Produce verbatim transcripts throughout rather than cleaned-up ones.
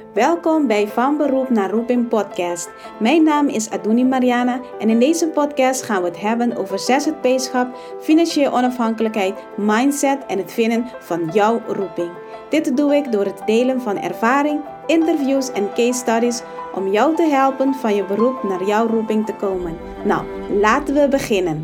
Welkom bij Van Beroep naar Roeping podcast. Mijn naam is Adouni Mariana en in deze podcast gaan we het hebben over Z Z P'schap, financiële onafhankelijkheid, mindset en het vinden van jouw roeping. Dit doe ik door het delen van ervaring, interviews en case studies om jou te helpen van je beroep naar jouw roeping te komen. Nou, laten we beginnen.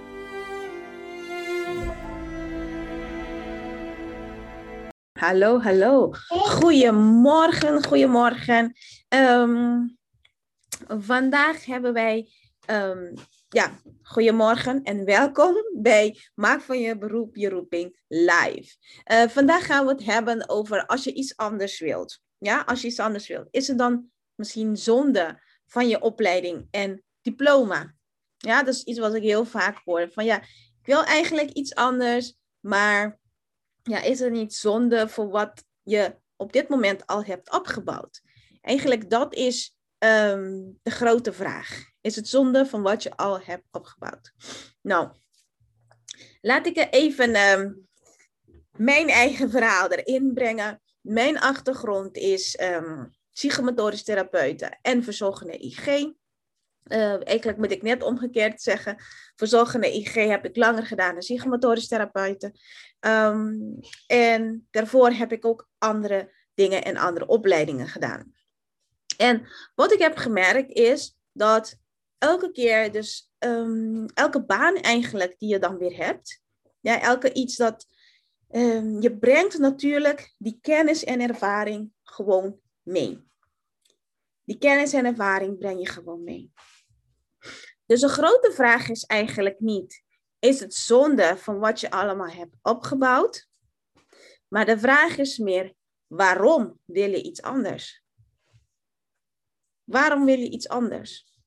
Hallo, hallo. Goedemorgen, goedemorgen. Um, vandaag hebben wij, um, ja, goedemorgen en welkom bij Maak van je beroep je roeping live. Uh, vandaag gaan we het hebben over als je iets anders wilt. Ja, als je iets anders wilt. Is het dan misschien zonde van je opleiding en diploma? Ja, dat is iets wat ik heel vaak hoor. Van ja, ik wil eigenlijk iets anders, maar... Ja, is er niet zonde voor wat je op dit moment al hebt opgebouwd? Eigenlijk dat is um, de grote vraag. Is het zonde van wat je al hebt opgebouwd? Nou, laat ik er even um, mijn eigen verhaal erin brengen. Mijn achtergrond is um, psychomotorisch therapeute en verzorgende I G. Uh, eigenlijk moet ik net omgekeerd zeggen. Verzorgende I G heb ik langer gedaan dan psychomotorisch therapeuten. Um, en daarvoor heb ik ook andere dingen en andere opleidingen gedaan. En wat ik heb gemerkt is dat elke keer, dus um, elke baan eigenlijk die je dan weer hebt. Ja, elke iets dat um, je brengt natuurlijk die kennis en ervaring gewoon mee. Die kennis en ervaring breng je gewoon mee. Dus de grote vraag is eigenlijk niet, is het zonde van wat je allemaal hebt opgebouwd? Maar de vraag is meer, waarom wil je iets anders? Waarom wil je iets anders?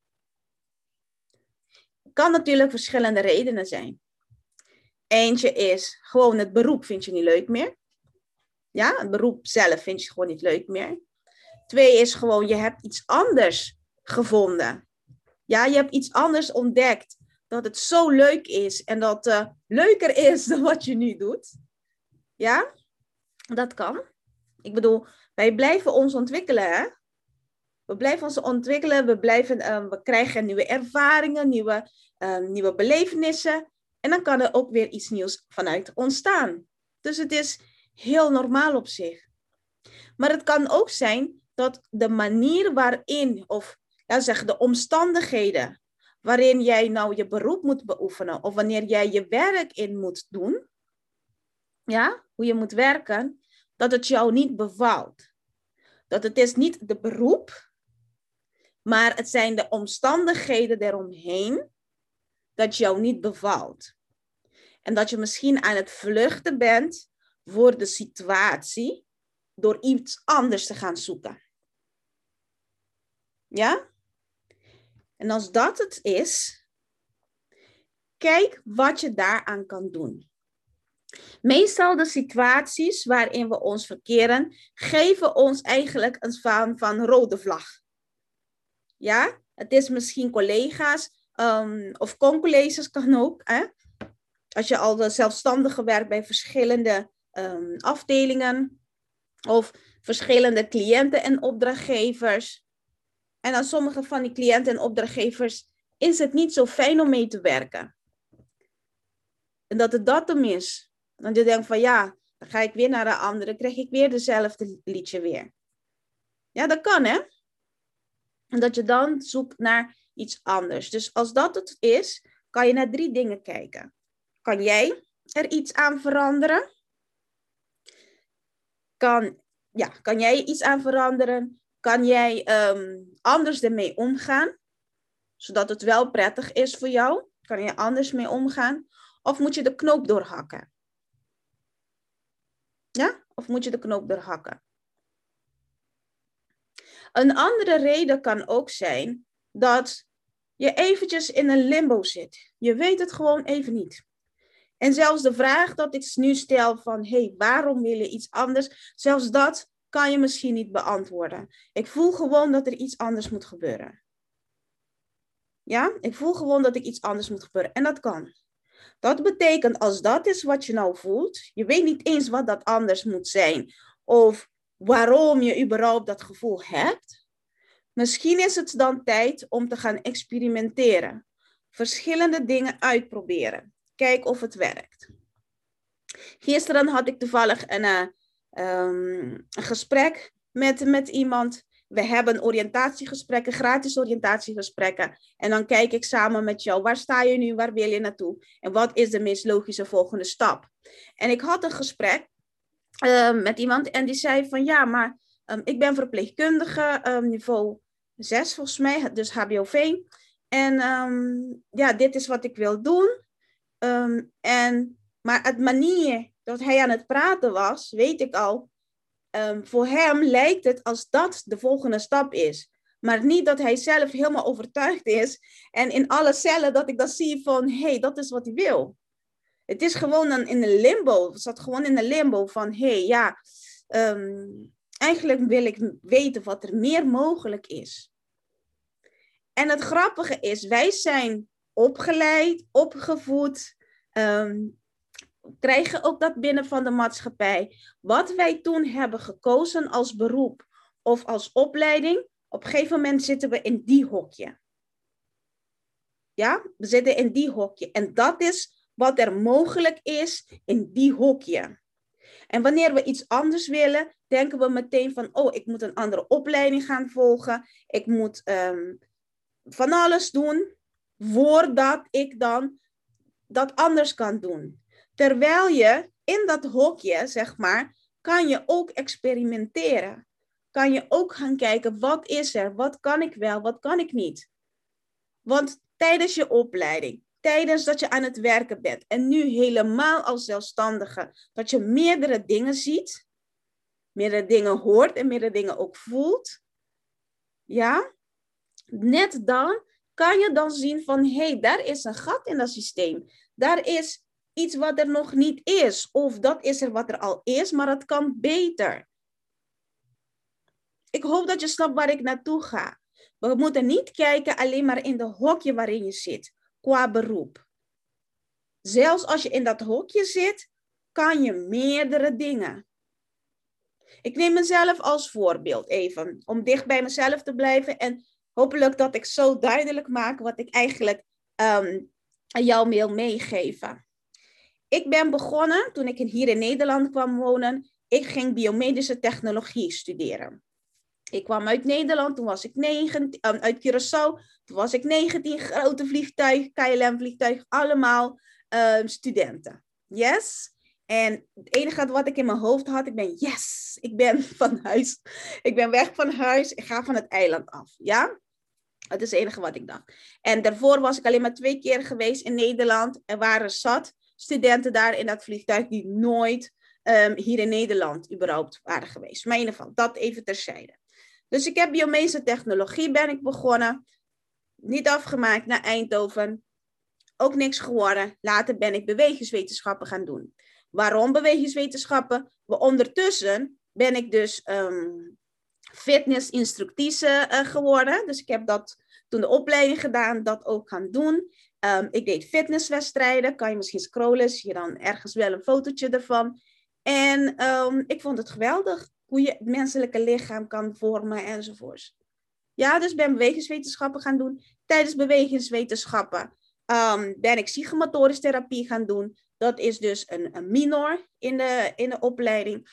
Het kan natuurlijk verschillende redenen zijn. Eentje is, gewoon het beroep vind je niet leuk meer. Ja, het beroep zelf vind je gewoon niet leuk meer. Twee is gewoon, je hebt iets anders gevonden. Ja, je hebt iets anders ontdekt. Dat het zo leuk is. En dat het uh, leuker is dan wat je nu doet. Ja, dat kan. Ik bedoel, wij blijven ons ontwikkelen. Hè? We blijven ons ontwikkelen. We, blijven, uh, we krijgen nieuwe ervaringen. Nieuwe, uh, nieuwe belevenissen. En dan kan er ook weer iets nieuws vanuit ontstaan. Dus het is heel normaal op zich. Maar het kan ook zijn dat de manier waarin... of ja, zeg, de omstandigheden waarin jij nou je beroep moet beoefenen of wanneer jij je werk in moet doen, ja, hoe je moet werken, dat het jou niet bevalt. Dat het is niet de beroep, maar het zijn de omstandigheden eromheen dat jou niet bevalt. En dat je misschien aan het vluchten bent voor de situatie door iets anders te gaan zoeken. Ja? En als dat het is, kijk wat je daaraan kan doen. Meestal de situaties waarin we ons verkeren, geven ons eigenlijk een van, van rode vlag. Ja, het is misschien collega's um, of concollega's kan ook. Hè? Als je al zelfstandig werkt bij verschillende um, afdelingen of verschillende cliënten en opdrachtgevers. En aan sommige van die cliënten en opdrachtgevers is het niet zo fijn om mee te werken. En dat het dat hem is. Want je denkt van ja, dan ga ik weer naar de andere, krijg ik weer dezelfde liedje weer. Ja, dat kan hè. En dat je dan zoekt naar iets anders. Dus als dat het is, kan je naar drie dingen kijken. Kan jij er iets aan veranderen? Kan, ja, kan jij iets aan veranderen? Kan jij um, anders ermee omgaan? Zodat het wel prettig is voor jou? Kan je anders mee omgaan? Of moet je de knoop doorhakken? Ja? Of moet je de knoop doorhakken? Een andere reden kan ook zijn dat je eventjes in een limbo zit. Je weet het gewoon even niet. En zelfs de vraag dat ik nu stel van, hey, waarom wil je iets anders? Zelfs dat kan je misschien niet beantwoorden. Ik voel gewoon dat er iets anders moet gebeuren. Ja, ik voel gewoon dat ik iets anders moet gebeuren. En dat kan. Dat betekent, als dat is wat je nou voelt, je weet niet eens wat dat anders moet zijn. Of waarom je überhaupt dat gevoel hebt. Misschien is het dan tijd om te gaan experimenteren. Verschillende dingen uitproberen. Kijk of het werkt. Gisteren had ik toevallig een, uh, um, een gesprek met, met iemand. We hebben oriëntatiegesprekken, gratis oriëntatiegesprekken. En dan kijk ik samen met jou, waar sta je nu, waar wil je naartoe? En wat is de meest logische volgende stap? En ik had een gesprek uh, met iemand en die zei van ja, maar um, ik ben verpleegkundige, um, niveau zes volgens mij, dus H B O V. En um, ja, dit is wat ik wil doen. Um, en, maar het manier dat hij aan het praten was, weet ik al, um, voor hem lijkt het als dat de volgende stap is. Maar niet dat hij zelf helemaal overtuigd is. En in alle cellen dat ik dan zie van, hé, hey, dat is wat hij wil. Het is gewoon een, in een limbo. Het zat gewoon in een limbo van, hé, hey, ja, um, eigenlijk wil ik weten wat er meer mogelijk is. En het grappige is, wij zijn opgeleid, opgevoed, um, krijgen ook dat binnen van de maatschappij. Wat wij toen hebben gekozen als beroep of als opleiding, op een gegeven moment zitten we in die hokje. Ja, we zitten in die hokje. En dat is wat er mogelijk is in die hokje. En wanneer we iets anders willen, denken we meteen van, oh, ik moet een andere opleiding gaan volgen. Ik moet um, van alles doen, voordat ik dan dat anders kan doen. Terwijl je in dat hokje, zeg maar, kan je ook experimenteren. Kan je ook gaan kijken, wat is er? Wat kan ik wel, wat kan ik niet? Want tijdens je opleiding, tijdens dat je aan het werken bent, en nu helemaal als zelfstandige, dat je meerdere dingen ziet, meerdere dingen hoort en meerdere dingen ook voelt, ja, net dan kan je dan zien van, hé, hey, daar is een gat in dat systeem. Daar is iets wat er nog niet is. Of dat is er wat er al is, maar het kan beter. Ik hoop dat je snapt waar ik naartoe ga. We moeten niet kijken alleen maar in de hokje waarin je zit, qua beroep. Zelfs als je in dat hokje zit, kan je meerdere dingen. Ik neem mezelf als voorbeeld even, om dicht bij mezelf te blijven en hopelijk dat ik zo duidelijk maak wat ik eigenlijk um, aan jou wil meegeven. Ik ben begonnen, toen ik hier in Nederland kwam wonen, ik ging biomedische technologie studeren. Ik kwam uit Nederland, toen was ik negentien, um, uit Curaçao, toen was ik negentien, grote vliegtuig, K L M-vliegtuig, allemaal um, studenten. Yes? En het enige wat ik in mijn hoofd had, ik ben yes, ik ben van huis. Ik ben weg van huis, ik ga van het eiland af. Ja? Dat is het enige wat ik dacht. En daarvoor was ik alleen maar twee keer geweest in Nederland. Er waren zat studenten daar in dat vliegtuig die nooit um, hier in Nederland überhaupt waren geweest. Maar in ieder geval, dat even terzijde. Dus ik heb biomedische technologie ben ik begonnen. Niet afgemaakt naar Eindhoven. Ook niks geworden. Later ben ik bewegingswetenschappen gaan doen. Waarom bewegingswetenschappen? Maar ondertussen ben ik dus um, fitnessinstructrice uh, geworden. Dus ik heb dat toen de opleiding gedaan, dat ook gaan doen. Um, ik deed fitnesswedstrijden. Kan je misschien scrollen, zie je dan ergens wel een fotootje ervan. En um, ik vond het geweldig hoe je het menselijke lichaam kan vormen enzovoorts. Ja, dus ben bewegingswetenschappen gaan doen. Tijdens bewegingswetenschappen um, ben ik psychomotorische therapie gaan doen. Dat is dus een, een minor in de, in de opleiding.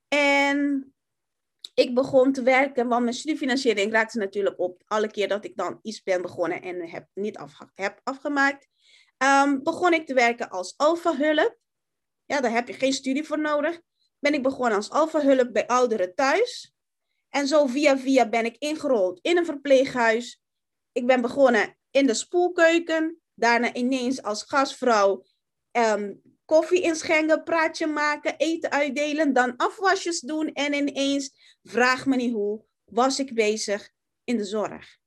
En ik begon te werken, want mijn studiefinanciering raakte natuurlijk op. Alle keer dat ik dan iets ben begonnen en heb niet afge heb afgemaakt. Um, begon ik te werken als alfa-hulp. Ja, daar heb je geen studie voor nodig. Ben ik begonnen als alfa-hulp bij ouderen thuis. En zo via via ben ik ingerold in een verpleeghuis. Ik ben begonnen in de spoelkeuken. Daarna ineens als gastvrouw um, koffie inschenken, praatje maken, eten uitdelen. Dan afwasjes doen. En ineens, vraag me niet hoe, was ik bezig in de zorg.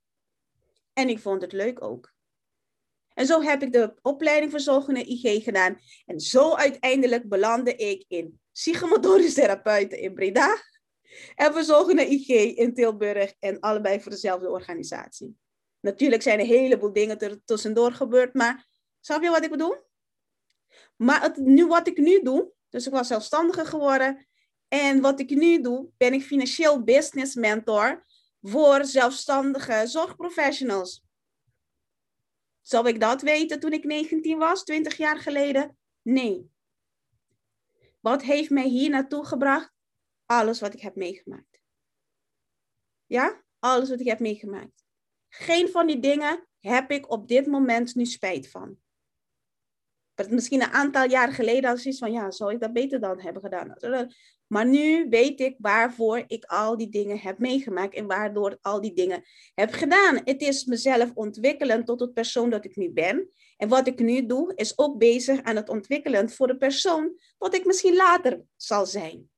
En ik vond het leuk ook. En zo heb ik de opleiding verzorgende I G gedaan. En zo uiteindelijk belandde ik in psychomotorische therapeuten in Breda. En verzorgende I G in Tilburg. En allebei voor dezelfde organisatie. Natuurlijk zijn er een heleboel dingen er tussendoor gebeurd. Maar snap je wat ik bedoel? Maar het, nu, wat ik nu doe. Dus ik was zelfstandige geworden. En wat ik nu doe, ben ik financieel business mentor voor zelfstandige zorgprofessionals. Zou ik dat weten toen ik negentien was, twintig jaar geleden? Nee. Wat heeft mij hier naartoe gebracht? Alles wat ik heb meegemaakt. Ja, alles wat ik heb meegemaakt. Geen van die dingen heb ik op dit moment nu spijt van. Misschien een aantal jaar geleden had ik zoiets van, ja, zou ik dat beter dan hebben gedaan? Maar nu weet ik waarvoor ik al die dingen heb meegemaakt en waardoor ik al die dingen heb gedaan. Het is mezelf ontwikkelen tot het persoon dat ik nu ben. En wat ik nu doe, is ook bezig aan het ontwikkelen voor de persoon wat ik misschien later zal zijn.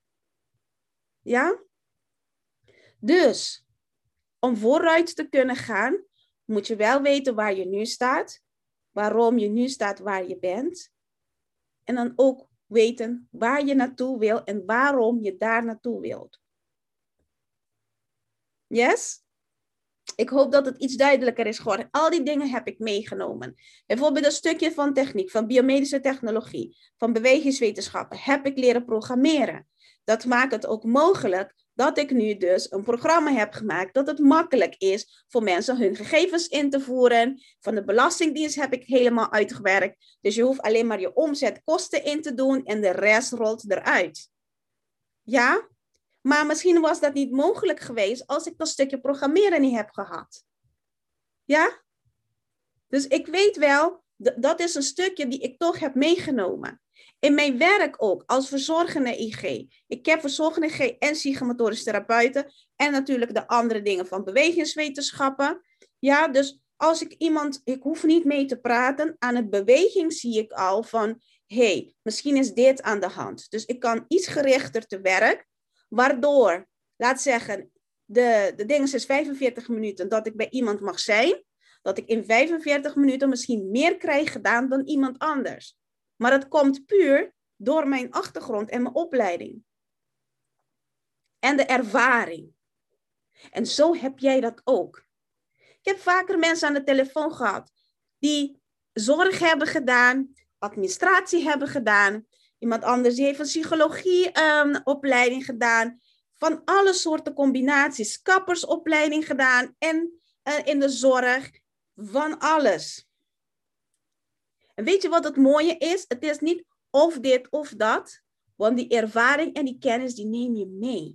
Ja? Dus, om vooruit te kunnen gaan, moet je wel weten waar je nu staat. Waarom je nu staat waar je bent. En dan ook weten waar je naartoe wil en waarom je daar naartoe wilt. Yes? Ik hoop dat het iets duidelijker is geworden. Al die dingen heb ik meegenomen. Bijvoorbeeld een stukje van techniek, van biomedische technologie, van bewegingswetenschappen heb ik leren programmeren. Dat maakt het ook mogelijk dat ik nu dus een programma heb gemaakt dat het makkelijk is voor mensen hun gegevens in te voeren. Van de Belastingdienst heb ik helemaal uitgewerkt. Dus je hoeft alleen maar je omzetkosten in te doen en de rest rolt eruit. Ja? Maar misschien was dat niet mogelijk geweest als ik dat stukje programmeren niet heb gehad. Ja? Dus ik weet wel, dat is een stukje die ik toch heb meegenomen. In mijn werk ook, als verzorgende I G. Ik heb verzorgende I G en psychomotorisch therapeuten. En natuurlijk de andere dingen van bewegingswetenschappen. Ja, dus als ik iemand, ik hoef niet mee te praten. Aan het beweging zie ik al van, hé, hey, misschien is dit aan de hand. Dus ik kan iets gerichter te werk. Waardoor, laat zeggen, de, de ding is vijfenveertig minuten dat ik bij iemand mag zijn. Dat ik in vijfenveertig minuten misschien meer krijg gedaan dan iemand anders. Maar het komt puur door mijn achtergrond en mijn opleiding. En de ervaring. En zo heb jij dat ook. Ik heb vaker mensen aan de telefoon gehad die zorg hebben gedaan, administratie hebben gedaan. Iemand anders die heeft een psychologieopleiding um, gedaan. Van alle soorten combinaties. Kappersopleiding gedaan en uh, in de zorg. Van alles. En weet je wat het mooie is? Het is niet of dit of dat. Want die ervaring en die kennis die neem je mee.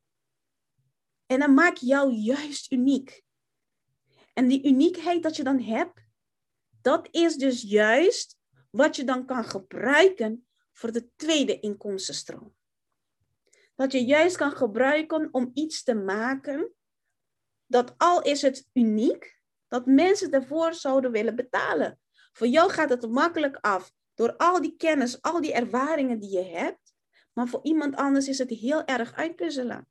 En dan maak je jou juist uniek. En die uniekheid dat je dan hebt. Dat is dus juist wat je dan kan gebruiken voor de tweede inkomstenstroom. Dat je juist kan gebruiken om iets te maken. Dat al is het uniek. Dat mensen ervoor zouden willen betalen. Voor jou gaat het makkelijk af. Door al die kennis, al die ervaringen die je hebt. Maar voor iemand anders is het heel erg uitpuzzelen.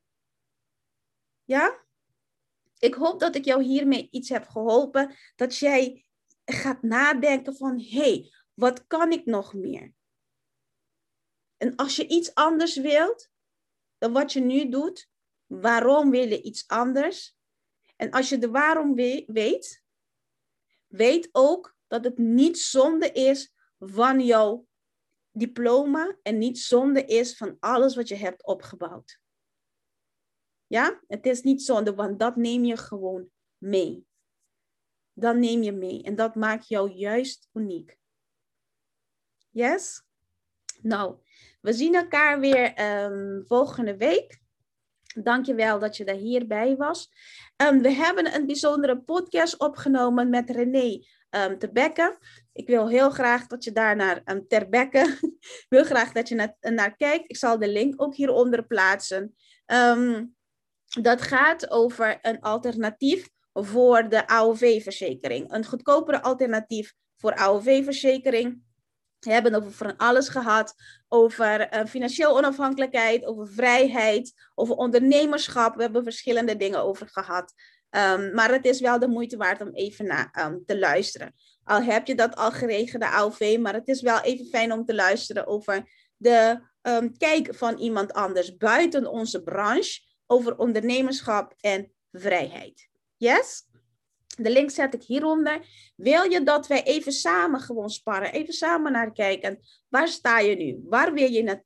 Ja? Ik hoop dat ik jou hiermee iets heb geholpen. Dat jij gaat nadenken van, hé, hey, wat kan ik nog meer? En als je iets anders wilt dan wat je nu doet, waarom wil je iets anders? En als je de waarom weet, weet ook dat het niet zonde is van jouw diploma en niet zonde is van alles wat je hebt opgebouwd. Ja, het is niet zonde, want dat neem je gewoon mee. Dat neem je mee en dat maakt jou juist uniek. Yes? Nou, we zien elkaar weer um, volgende week. Dankjewel dat je daar hierbij was. Um, we hebben een bijzondere podcast opgenomen met René um, Terbekke. Ik wil heel graag dat je daar naar um, Terbekke, wil graag dat je naar, naar kijkt. Ik zal de link ook hieronder plaatsen. Um, dat gaat over een alternatief voor de A O V-verzekering. Een goedkopere alternatief voor A O V-verzekering. We hebben het over van alles gehad, over uh, financieel onafhankelijkheid, over vrijheid, over ondernemerschap. We hebben verschillende dingen over gehad. Um, maar het is wel de moeite waard om even naar um, te luisteren. Al heb je dat al geregeld, de A O V, maar het is wel even fijn om te luisteren over de um, kijk van iemand anders buiten onze branche, over ondernemerschap en vrijheid. Yes? De link zet ik hieronder. Wil je dat wij even samen gewoon sparren? Even samen naar kijken. Waar sta je nu? Waar wil je naartoe?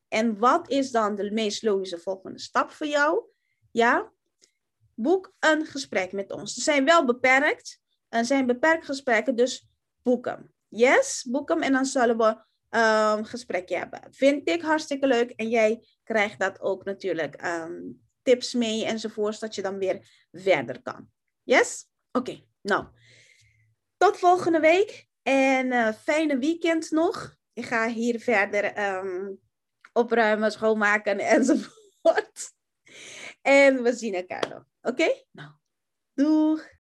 En wat is dan de meest logische volgende stap voor jou? Ja, boek een gesprek met ons. Ze zijn wel beperkt. Er zijn beperkt gesprekken, dus boek hem. Yes, boek hem en dan zullen we een um, gesprekje hebben. Vind ik hartstikke leuk. En jij krijgt dat ook natuurlijk um, tips mee enzovoorts, dat je dan weer verder kan. Yes? Oké, okay, nou. Tot volgende week. En uh, fijne weekend nog. Ik ga hier verder um, opruimen, schoonmaken enzovoort. En we zien elkaar nog. Oké? Okay? Nou, doeg!